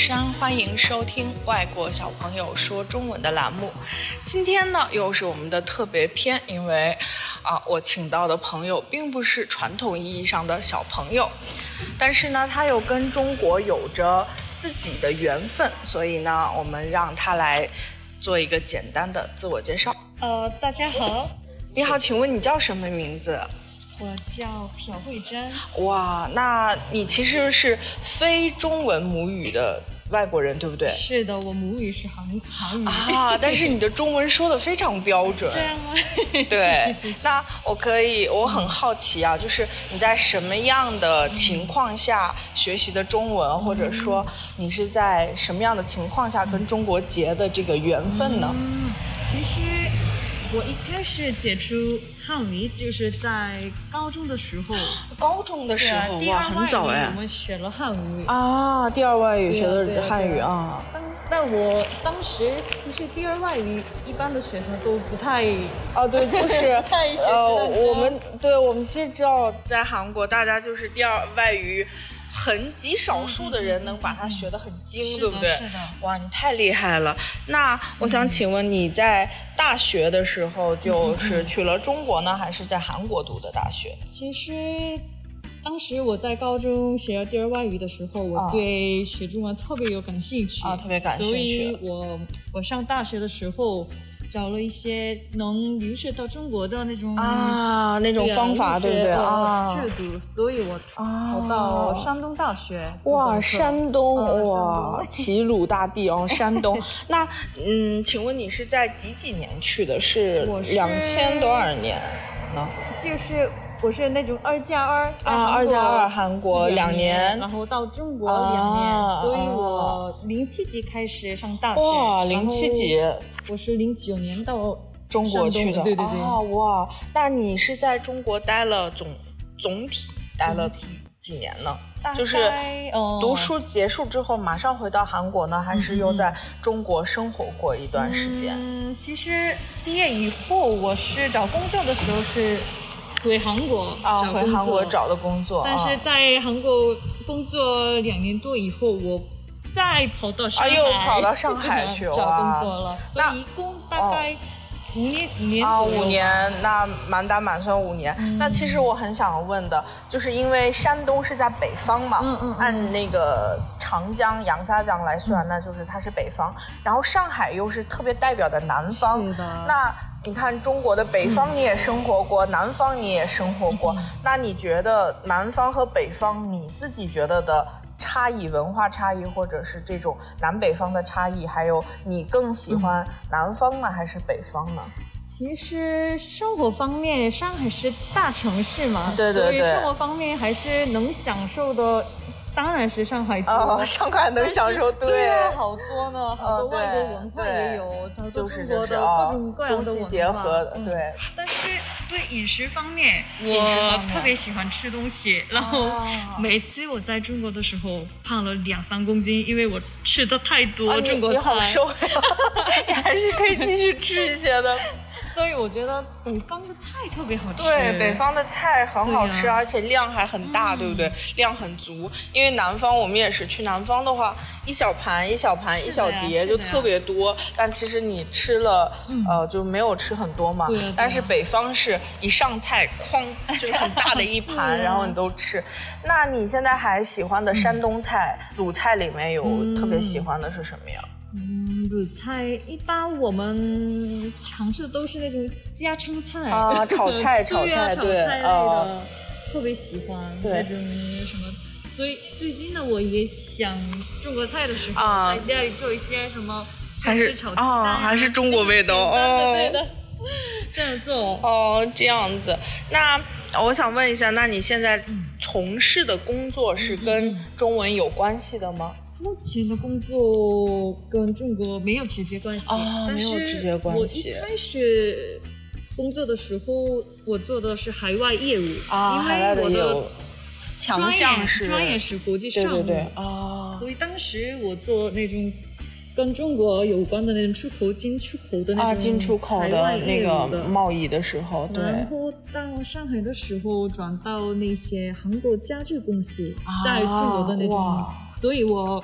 山，欢迎收听外国小朋友说中文的栏目。今天呢，又是我们的特别篇，因为我请到的朋友并不是传统意义上的小朋友，但是呢，他又跟中国有着自己的缘分，所以呢，我们让他来做一个简单的自我介绍。 大家好， 你好，请问你叫什么名字？ 我叫朴慧珍。 哇，那你其实是非中文母语的外国人，对不对？ 是的，我母语是韩语但是你的中文说的非常标准。 这样吗？ 对， 是那我很好奇啊，就是你在什么样的情况下学习的中文，或者说你是在什么样的情况下跟中国结的这个缘分呢？ 其实我一开始接触汉语就是在高中的时候。 高中的时候，哇，很早哎。 我们学了汉语第二外语学的汉语啊。 但我当时其实第二外语一般的学生都不太对，就是不太我们其实知道，在韩国大家就是第二外语很极少数的人能把它学得很精，对不对？ 是的。 哇，你太厉害了。那我想请问你在大学的时候就是去了中国呢，还是在韩国读的大学？ 其实当时我在高中学第二外语的时候，我对学中文特别有感兴趣特别感兴趣。 所以我上大学的时候找了一些能留学到中国的那种那种方法，对不对？ 制度，所以我跑到山东大学。 哇，山东哇，齐鲁大地哦，山东。那请问你是在几年去的？是2000多少年呢？ 就是我是那种2+2 2+2韩国2年， 然后到中国2年，所以我07级开始上大学。 哇，07级， 我是09年到中国去的。 对。 哇，那你是在中国待了总体待了几年呢？就是读书结束之后马上回到韩国呢，还是又在中国生活过一段时间？ 其实毕业以后我是找工作的时候是回韩国回韩国找的工作， 但是在韩国工作2年多以后，我再跑到上海， 又跑到上海去找工作了，所以一共大概5年左右。 5年，那满打满算5年。那其实我很想问的，就是因为山东是在北方嘛，按那个长江、杨家江来算，那就是它是北方，然后上海又是特别代表的南方。 是的。 那你看中国的北方你也生活过，南方你也生活过，那你觉得南方和北方你自己觉得的差异，文化差异，或者是这种南北方的差异，还有你更喜欢南方呢还是北方呢？ 其实生活方面上海是大城市嘛， 对， 所以生活方面还是能享受的当然是上海多。 上海能享受， 对啊，好多呢，好多外国文化也有，好多中国的各种各样的文化结合的，对。 但是对饮食方面，我特别喜欢吃东西，然后每次我在中国的时候胖了2-3公斤，因为我吃的太多中国菜。 你好瘦呀，你还是可以继续吃一些的。 所以我觉得北方的菜特别好吃。 对，北方的菜很好吃，而且量还很大，对不对？量很足。因为南方我们也是去南方的话，一小盘一小碟就特别多，但其实你吃了就没有吃很多嘛。但是北方是一上菜哐就是很大的一盘，然后你都吃。那你现在还喜欢的山东菜、鲁菜里面有特别喜欢的是什么呀？ 鲁菜一般我们尝试的都是那种家常菜炒菜对类的，特别喜欢那种什么。所以最近呢，我也想中国菜的时候在家里做一些什么西式炒鸡蛋还是中国味道对的，这样做这样子。那我想问一下，那你现在从事的工作是跟中文有关系的吗？ 目前的工作跟中国没有直接关系没有直接关系。 我一开始工作的时候，我做的是海外业务海外的业务强项是专业是国际商务， 对所以当时我做那种跟中国有关的那种出口进出口的那种进出口的那个贸易的时候，对。 然后到上海的时候，转到那些韩国家具公司，在中国的那种，所以我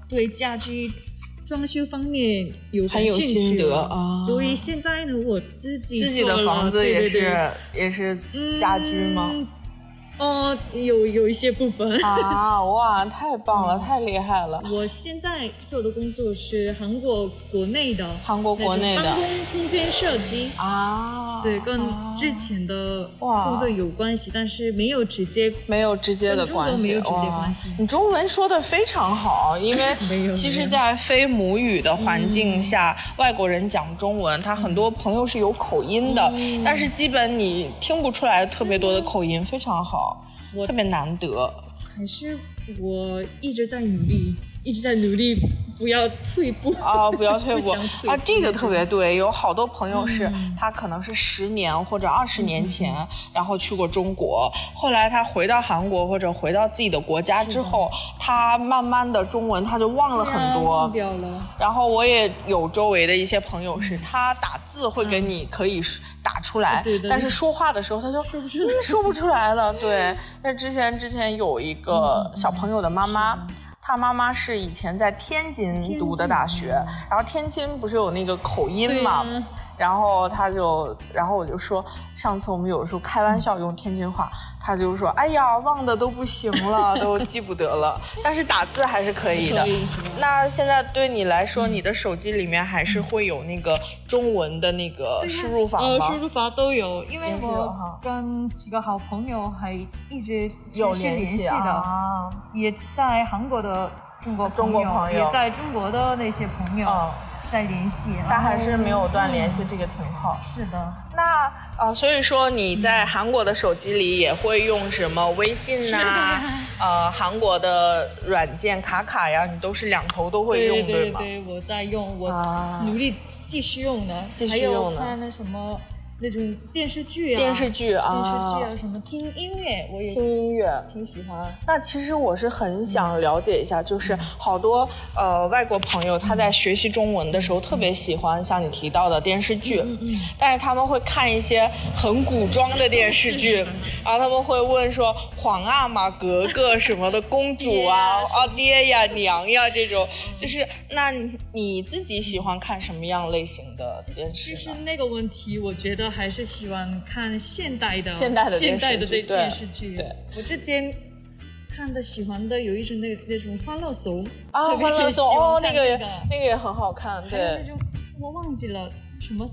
对家居装修方面很有心得啊， 所以现在呢，我自己的房子也是家居吗？ 有一些部分啊，哇，太棒了，太厉害了！ 我现在做的工作是韩国国内的办公空间设计啊，所以跟之前的工作有关系，但是没有直接的关系。哇， 你中文说的非常好，因为其实在非母语的环境下，外国人讲中文，他很多朋友是有口音的，但是基本你听不出来特别多的口音，非常好。特别难得， 还是我一直在努力，不要退步啊，不要退步啊，这个特别对。有好多朋友是他可能是10年或者20年前，然后去过中国，后来他回到韩国或者回到自己的国家之后，他慢慢的中文他就忘了很多， 忘掉了。 然后我也有周围的一些朋友是他打字会给你可以打出来，但是说话的时候他就说不出来了。对，那之前有一个小朋友的妈妈，他妈妈是以前在天津读的大学，然后天津不是有那个口音嘛，然后我就说，上次我们有时候开玩笑用天津话，他就说，哎呀，忘的都不行了，都记不得了，但是打字还是可以的。那现在对你来说，你的手机里面还是会有那个中文的那个输入法吗？ 输入法都有，因为我跟几个好朋友还一直有联系的，也在韩国的中国朋友，也在中国的那些朋友。在联系， 但还是没有断联系，这个挺好。 是的， 那所以说你在韩国的手机里也会用什么微信呐，韩国的软件卡呀，你都是两头都会用， 对吗？ 对，我在用，我努力继续用的，还有看那什么。那种电视剧啊，什么听音乐，我也听音乐挺喜欢。 那其实我是很想了解一下，就是好多外国朋友他在学习中文的时候特别喜欢像你提到的电视剧，但是他们会看一些很古装的电视剧，然后他们会问说皇阿玛格格什么的公主啊，爹呀娘呀这种，就是那你自己喜欢看什么样类型的电视呢？ 其实那个问题我觉得还是喜欢看现代的电视剧。对，我之前看的喜欢的有一种那种欢乐颂啊，欢乐颂那个也很好看。对， 那种我忘记了什么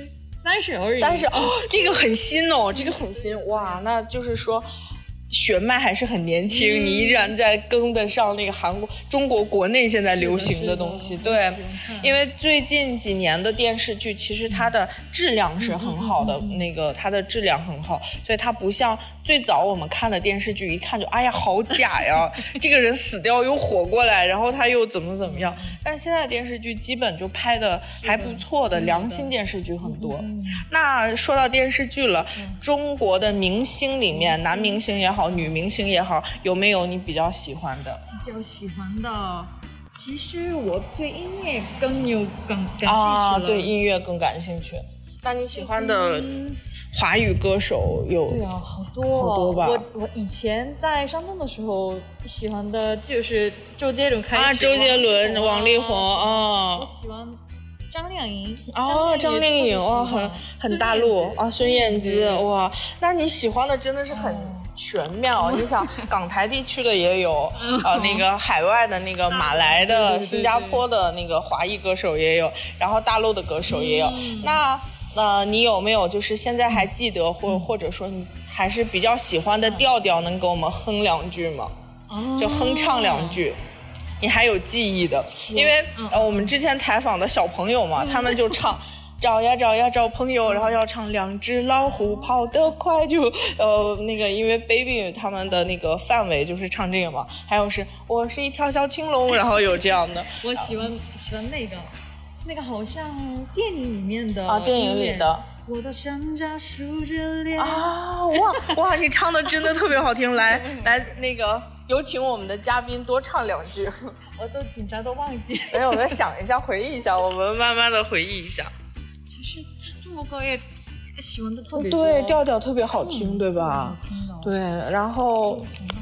30而已。 这个很新哦，这个很新哇，那就是说。血脉还是很年轻，你依然在跟得上那个中国国内现在流行的东西。对，因为最近几年的电视剧其实它的质量是很好的，那个它的质量很好，所以它不像最早我们看的电视剧，一看就哎呀好假呀，这个人死掉又活过来，然后他又怎么样。但是现在电视剧基本就拍的还不错的良心电视剧很多。那说到电视剧了，中国的明星里面，男明星也好，女明星也好，有没有你比较喜欢的？ 比较喜欢的，其实我对音乐更感兴趣了。 对音乐更感兴趣。那你喜欢的华语歌手有？ 对啊，好多吧。我以前在山东的时候喜欢的就是周杰伦开始。 周杰伦、王力宏我喜欢张靓颖。 张靓颖很大陆孙燕姿哇，那你喜欢的真的是很全面你想港台地区的也有那个海外的那个马来的新加坡的那个华裔歌手也有，然后大陆的歌手也有。那你有没有就是现在还记得或者说你还是比较喜欢的调调，能给我们哼两句吗？就哼唱两句你还有记忆的。因为我们之前采访的小朋友嘛，他们就唱找呀找呀找朋友，然后要唱两只老虎跑得快，就那个因为 baby 他们的那个范围就是唱这个嘛。还有是我是一条小青龙，然后有这样的。 我喜欢那个好像电影里面的电影里的我的山楂数着脸哇你唱的真的特别好听。来那个有请我们的嘉宾多唱两句。 我都紧张都忘记。 没有，我们想一下回忆一下，我们慢慢的回忆一下。 其实中国歌也喜欢的特别多， 对，调调特别好听，对吧？对，然后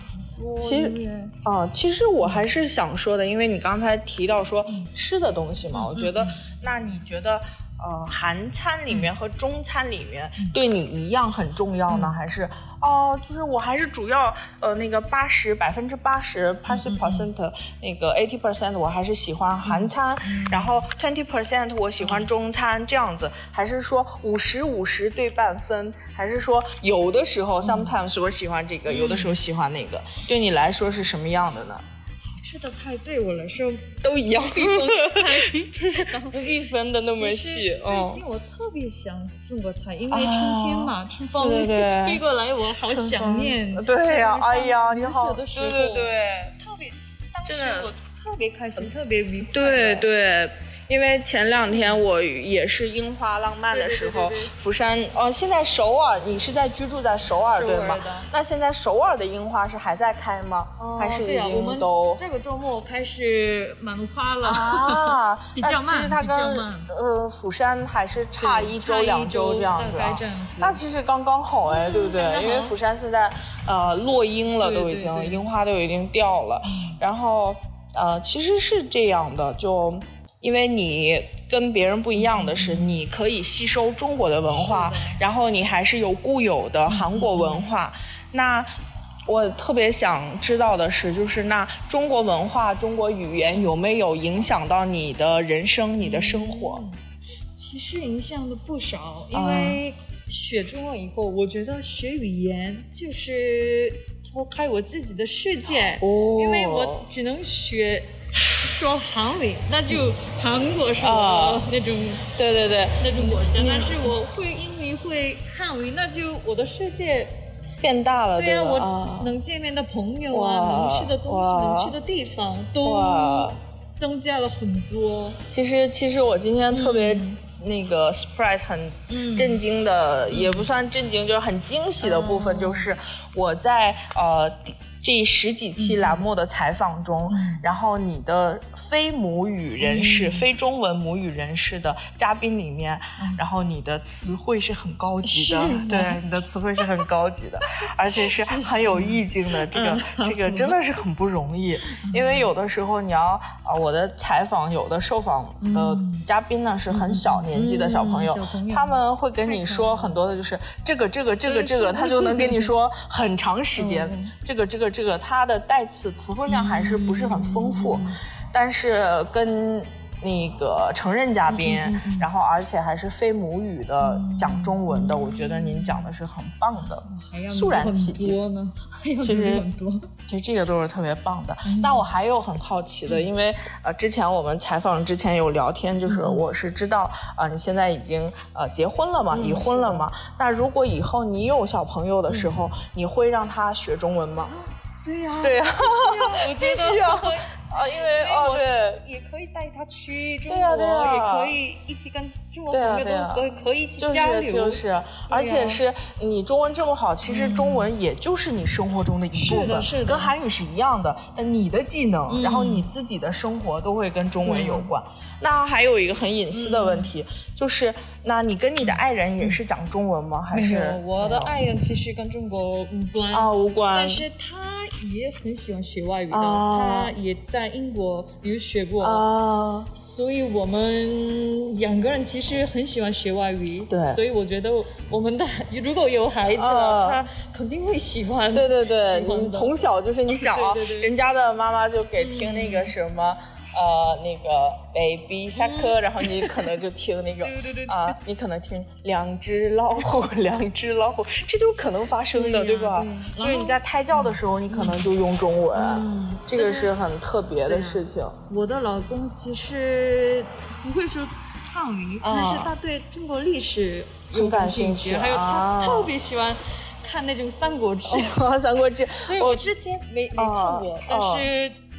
多。 其实我还是想说的，因为你刚才提到说吃的东西嘛，我觉得，那你觉得韩餐里面和中餐里面对你一样很重要呢，还是就是我还是主要那个80%那个80% 我还是喜欢韩餐，然后20% 我喜欢中餐这样子，还是说50-50对半分，还是说有的时候 sometimes 我喜欢这个，有的时候喜欢那个，对你来说是什么样的呢？ 吃的菜对我来说都一样，不必分的那么细。 最近我特别想中国菜，因为春天嘛，春风吹过来，我好想念。 对呀，哎呀，你好， 对，特别，当时我特别开心，特别愉快。 对。因为前2天我也是樱花浪漫的时候，釜山现在首尔，你是居住在首尔对吗？那现在首尔的樱花是还在开吗？还是已经都？ 我们这个周末开始满花了啊， 比较慢。 其实它跟釜山还是差1周2周这样子啊。那其实刚刚好哎，对不对？因为釜山现在落樱了，都已经樱花都已经掉了。然后其实是这样的，就。因为你跟别人不一样的是，你可以吸收中国的文化，然后你还是有固有的韩国文化。那我特别想知道的是，就是那中国文化、中国语言有没有影响到你的人生、你的生活？ 其实影响的不少，因为学中文以后，我觉得学语言就是脱开我自己的世界，因为我只能说韩语，那就韩国是我的那种， 对， 那种国家。但是我会英语，会汉语，那就我的世界变大了， 对啊，我能见面的朋友能吃的东西，能去的地方都增加了很多。 其实我今天特别那个 surprise 很震惊的，也不算震惊，就是很惊喜的部分，就是我在这10几期栏目的采访中，然后你的非母语人士、非中文母语人士的嘉宾里面，然后你的词汇是很高级的，对，你的词汇是很高级的，而且是很有意境的，这个真的是很不容易，因为有的时候你要我的采访有的受访的嘉宾呢是很小年纪的小朋友，他们会跟你说很多的就是这个，他就能跟你说很长时间，这个它的代词词汇量还是不是很丰富，但是跟那个承认嘉宾，然后而且还是非母语的讲中文的，我觉得您讲的是很棒的，肃然起敬。其实这个都是特别棒的。那我还有很好奇的，因为之前我们采访之前有聊天，就是我是知道你现在已经结婚了嘛，已婚了嘛。那如果以后你有小朋友的时候，你会让他学中文吗？ 对呀， 我觉得需要因为对， 也可以带他去中国，也可以一起跟中国朋友都可以一起交流， 就是而且是你中文这么好，其实中文也就是你生活中的一部分，跟韩语是一样的。但你的技能，然后你自己的生活都会跟中文有关。那还有一个很隐私的问题，就是那你跟你的爱人也是讲中文吗？还是我的爱人其实跟中国无关，但是他也很喜欢学外语的，他也在英国留学过，所以我们2个人其实很喜欢学外语， 对， 所以我觉得我们的如果有孩子了，他肯定会喜欢。 对，你从小就是你想人家的妈妈就给听那个什么。那个 baby 下课，然后你可能就听那个你可能听2只老虎，这都是可能发生的，对吧？就是你在胎教的时候，你可能就用中文，这个是很特别的事情。 我的老公其实不会说汉语，但是他对中国历史很感兴趣， 还有他特别喜欢看那种三国志， 三国志， 所以我之前没看过，但是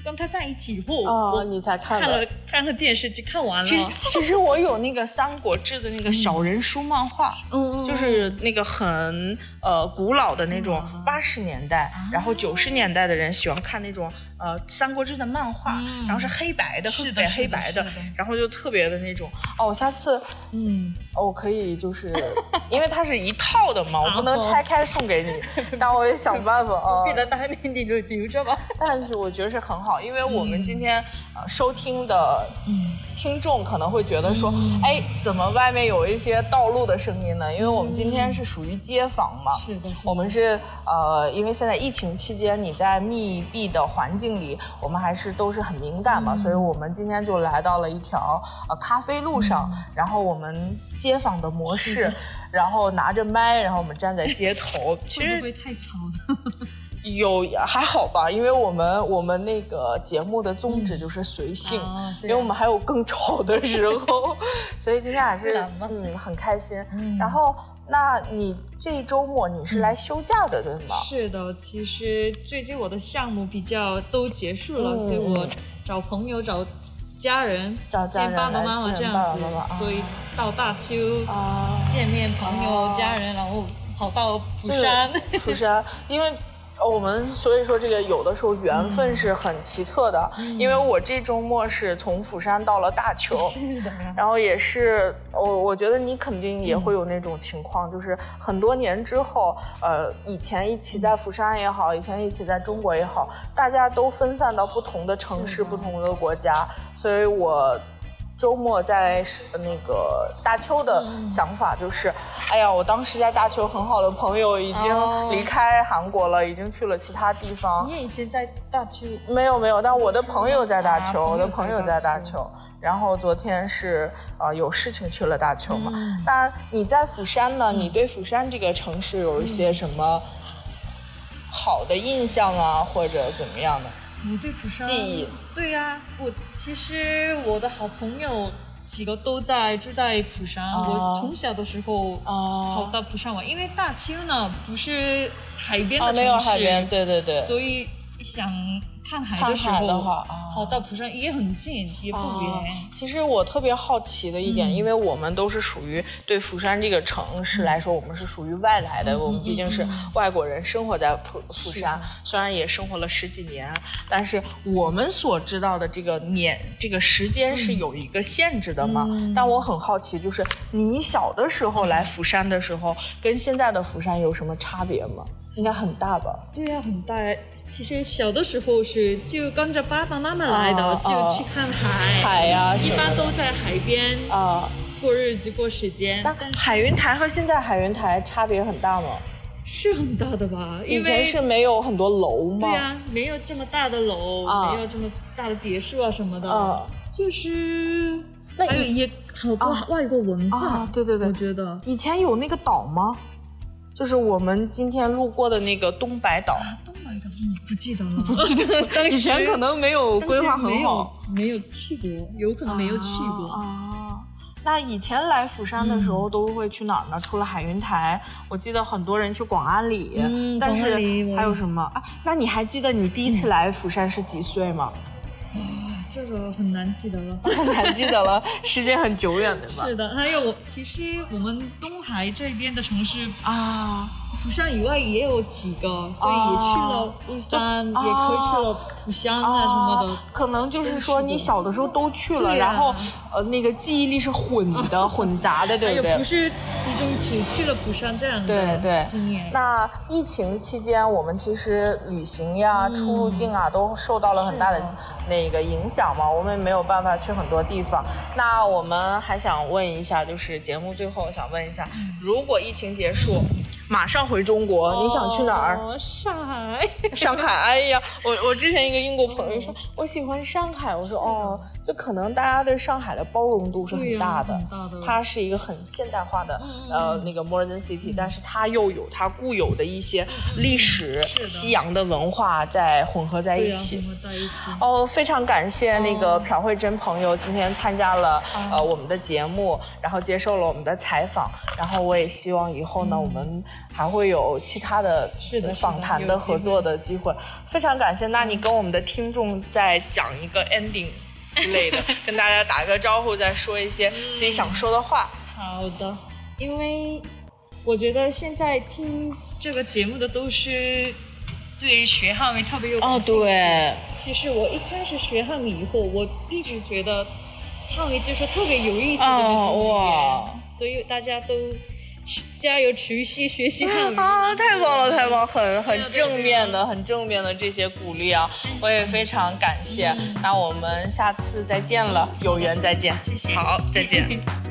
跟他在一起以后， 你才看了电视剧看完了。 其实我有那个《三国志》的那个小人书漫画，就是那个很古老的那种80年代，然后90年代的人喜欢看那种《三国志》的漫画，然后是黑白的，黑白的，然后就特别的那种。我下次我可以就是因为它是一套的嘛，我不能拆开送给你，但我也想办法啊。 为了带你留着吧。 但是我觉得是很好，因为我们今天收听的听众可能会觉得说，哎，怎么外面有一些道路的声音呢？因为我们今天是属于街访嘛， 是的， 我们是因为现在疫情期间你在密闭的环境里，我们还是都是很敏感嘛，所以我们今天就来到了一条咖啡路上，然后我们街访的模式，然后拿着麦，然后我们站在街头，其实会不会太吵了？ 还好吧，因为我们那个节目的宗旨就是随性，因为我们还有更吵的时候，所以今天还是很开心。然后，那你这周末你是来休假的，对吗？ 是的，其实最近我的项目比较都结束了，所以我找朋友找家人见爸爸妈妈这样子，所以到大邱见面朋友家人，然后跑到釜山， 因为我们所以说这个有的时候缘分是很奇特的，因为我这周末是从釜山到了大邱，然后也是我觉得你肯定也会有那种情况，就是很多年之后，以前一起在釜山也好，以前一起在中国也好，大家都分散到不同的城市、不同的国家，所以我周末在那个大邱的想法就是，哎呀，我当时在大邱很好的朋友已经离开韩国了，已经去了其他地方。 你也以前在大邱？ 没有，但我的朋友在大邱，然后昨天是有事情去了大邱嘛。那你在釜山呢？你对釜山这个城市有一些什么好的印象啊，或者怎么样的？ 我对釜山记忆， 对呀，其实我的好朋友几个都住在釜山，我从小的时候跑到釜山玩，因为大邱呢不是海边的城市， 没有海边，对， 所以想看海的时候跑到釜山也很近，也不远。 其实我特别好奇的一点，因为我们都是属于对釜山这个城市来说，我们是属于外来的，我们毕竟是外国人，生活在釜山，虽然也生活了10几年，但是我们所知道的这个时间是有一个限制的嘛。但我很好奇，就是你小的时候来釜山的时候，跟现在的釜山有什么差别吗？应该很大吧？ 对呀，很大。其实小的时候就跟着爸爸妈妈来的，就去看海呀， 一般都在海边过日子过时间。 但海云台和现在海云台差别很大吗？ 是很大的吧？ 以前是没有很多楼吗？ 对呀，没有这么大的楼，没有这么大的别墅啊什么的。就是那也好多外国文化。 对， 我觉得以前有那个岛吗？就是我们今天路过的那个东白岛。 东白岛不记得了， 以前可能没有规划很好， 没有去过，有可能没有去过。 那以前来釜山的时候都会去哪儿呢？除了海云台，我记得很多人去广安里，但是还有什么？那你还记得你第一次来釜山是几岁吗？ 这个很难记得了， 很难记得了，时间很久远，对吧？ 是的，还有其实我们东海这边的城市釜山以外也有几个，所以也去了釜山，也可以去了浦项什么的。 可能就是说你小的时候都去了，然后那个记忆力是混杂的，对不对？ 不是集中只去了釜山这样的经验。 那疫情期间，我们其实旅行呀、出入境啊，都受到了很大的那个影响嘛，我们也没有办法去很多地方。那我们还想问一下，就是节目最后想问一下，如果疫情结束，马上回中国，你想去哪儿？上海。哎呀，我之前一个英国朋友说，我喜欢上海。我说就可能大家对上海的包容度是很大的，它是一个很现代化的那个 modern city，但是它又有它固有的一些历史、西洋的文化在混合在一起。非常感谢那个朴慧珍朋友今天参加了我们的节目，然后接受了我们的采访，然后我也希望以后呢我们还会有其他的访谈的合作的机会。非常感谢，那你跟我们的听众再讲一个 ending 之类的，跟大家打个招呼，再说一些自己想说的话。 好的，因为我觉得现在听这个节目的都是对学汉语特别有感兴趣。 对， 其实我一开始学汉语以后，我一直觉得汉语就是特别有意思的那种语言，所以大家都加油持续学习汉语太棒了太棒，很正面的很正面的这些鼓励啊，我也非常感谢。那我们下次再见了，有缘再见。 谢谢， 好，再见。